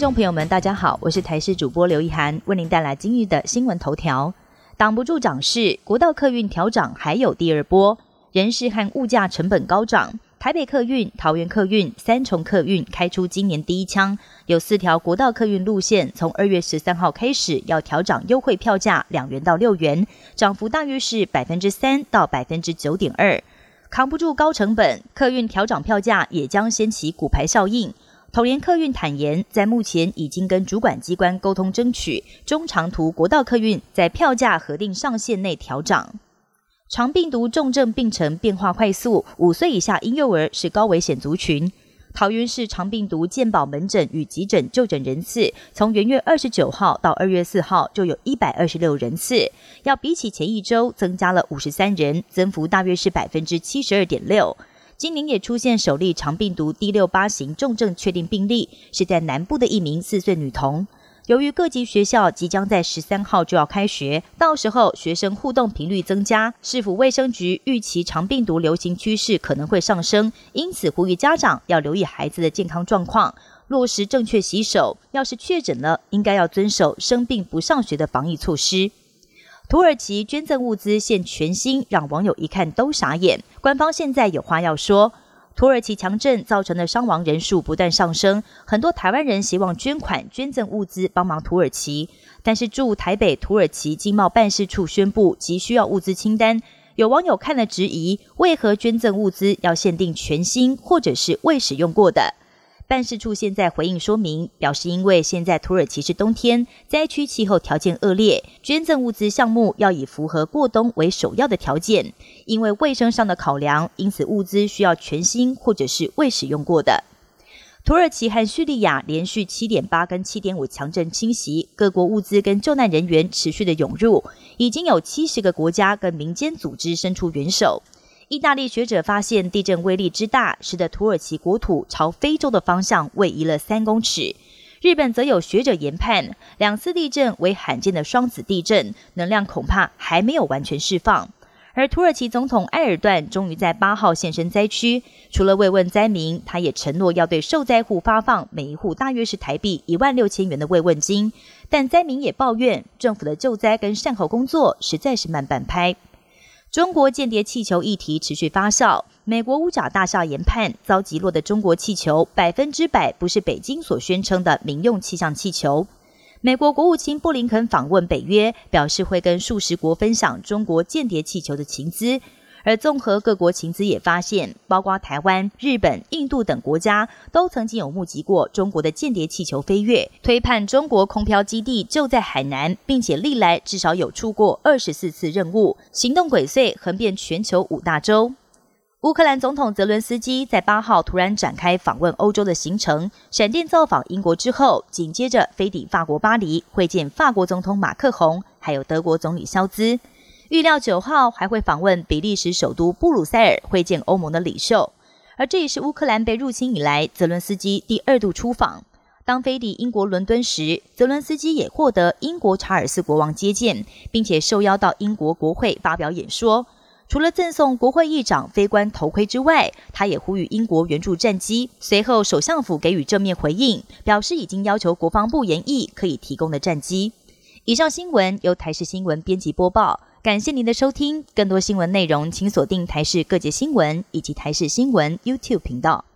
众朋友们，大家好，我是台视主播刘一涵，为您带来今日的新闻头条。挡不住涨势，国道客运调涨还有第二波，人事和物价成本高涨。台北客运、桃园客运、三重客运开出今年第一枪，有4条国道客运路线从2月13号开始要调涨优惠票价2元到6元，涨幅大约是 3% 到 9.2%。扛不住高成本，客运调涨票价也将掀起骨牌效应。统联客运坦言，在目前已经跟主管机关沟通争取，中长途国道客运在票价核定上限内调涨。肠病毒重症病程变化快速，5岁以下婴幼儿是高危险族群。桃园市肠病毒健保门诊与急诊就诊人次，从元月29号到2月4号就有126人次，要比起前一周增加了53人，增幅大约是 72.6%。今年也出现首例肠病毒第68型重症确定病例，是在南部的一名4岁女童。由于各级学校即将在13号就要开学，到时候学生互动频率增加，市府卫生局预期肠病毒流行趋势可能会上升，因此呼吁家长要留意孩子的健康状况，落实正确洗手，要是确诊了，应该要遵守生病不上学的防疫措施。土耳其捐赠物资现全新，让网友一看都傻眼。官方现在有话要说，土耳其强震造成的伤亡人数不断上升，很多台湾人希望捐款捐赠物资帮忙土耳其，但是驻台北土耳其经贸办事处宣布急需要物资清单，有网友看了质疑，为何捐赠物资要限定全新或者是未使用过的？办事处现在回应说明，表示因为现在土耳其是冬天，灾区气候条件恶劣，捐赠物资项目要以符合过冬为首要的条件，因为卫生上的考量，因此物资需要全新或者是未使用过的。土耳其和叙利亚连续 7.8 跟 7.5 强震侵袭，各国物资跟救难人员持续的涌入，已经有70个国家跟民间组织伸出援手。意大利学者发现地震威力之大，使得土耳其国土朝非洲的方向位移了3公尺。日本则有学者研判，2次地震为罕见的双子地震，能量恐怕还没有完全释放。而土耳其总统埃尔段终于在8号现身灾区，除了慰问灾民，他也承诺要对受灾户发放每一户大约是台币16000元的慰问金，但灾民也抱怨政府的救灾跟善后工作实在是慢半拍。中国间谍气球议题持续发酵，美国五角大厦研判遭击落的中国气球100%不是北京所宣称的民用气象气球。美国国务卿布林肯访问北约，表示会跟数十国分享中国间谍气球的情资。而综合各国情资也发现，包括台湾、日本、印度等国家都曾经有目击过中国的间谍气球飞越，推判中国空飘基地就在海南，并且历来至少有出过24次任务，行动轨迹横遍全球5大洲。乌克兰总统泽伦斯基在8号突然展开访问欧洲的行程，闪电造访英国之后，紧接着飞抵法国巴黎，会见法国总统马克宏，还有德国总理肖兹。预料9号还会访问比利时首都布鲁塞尔，会见欧盟的领袖。而这也是乌克兰被入侵以来泽伦斯基第2度出访。当飞抵英国伦敦时，泽伦斯基也获得英国查尔斯国王接见，并且受邀到英国国会发表演说。除了赠送国会议长飞官头盔之外，他也呼吁英国援助战机。随后首相府给予正面回应，表示已经要求国防部研议可以提供的战机。以上新闻由台视新闻编辑播报，感谢您的收听。更多新闻内容请锁定台视各界新闻以及台视新闻 YouTube 频道。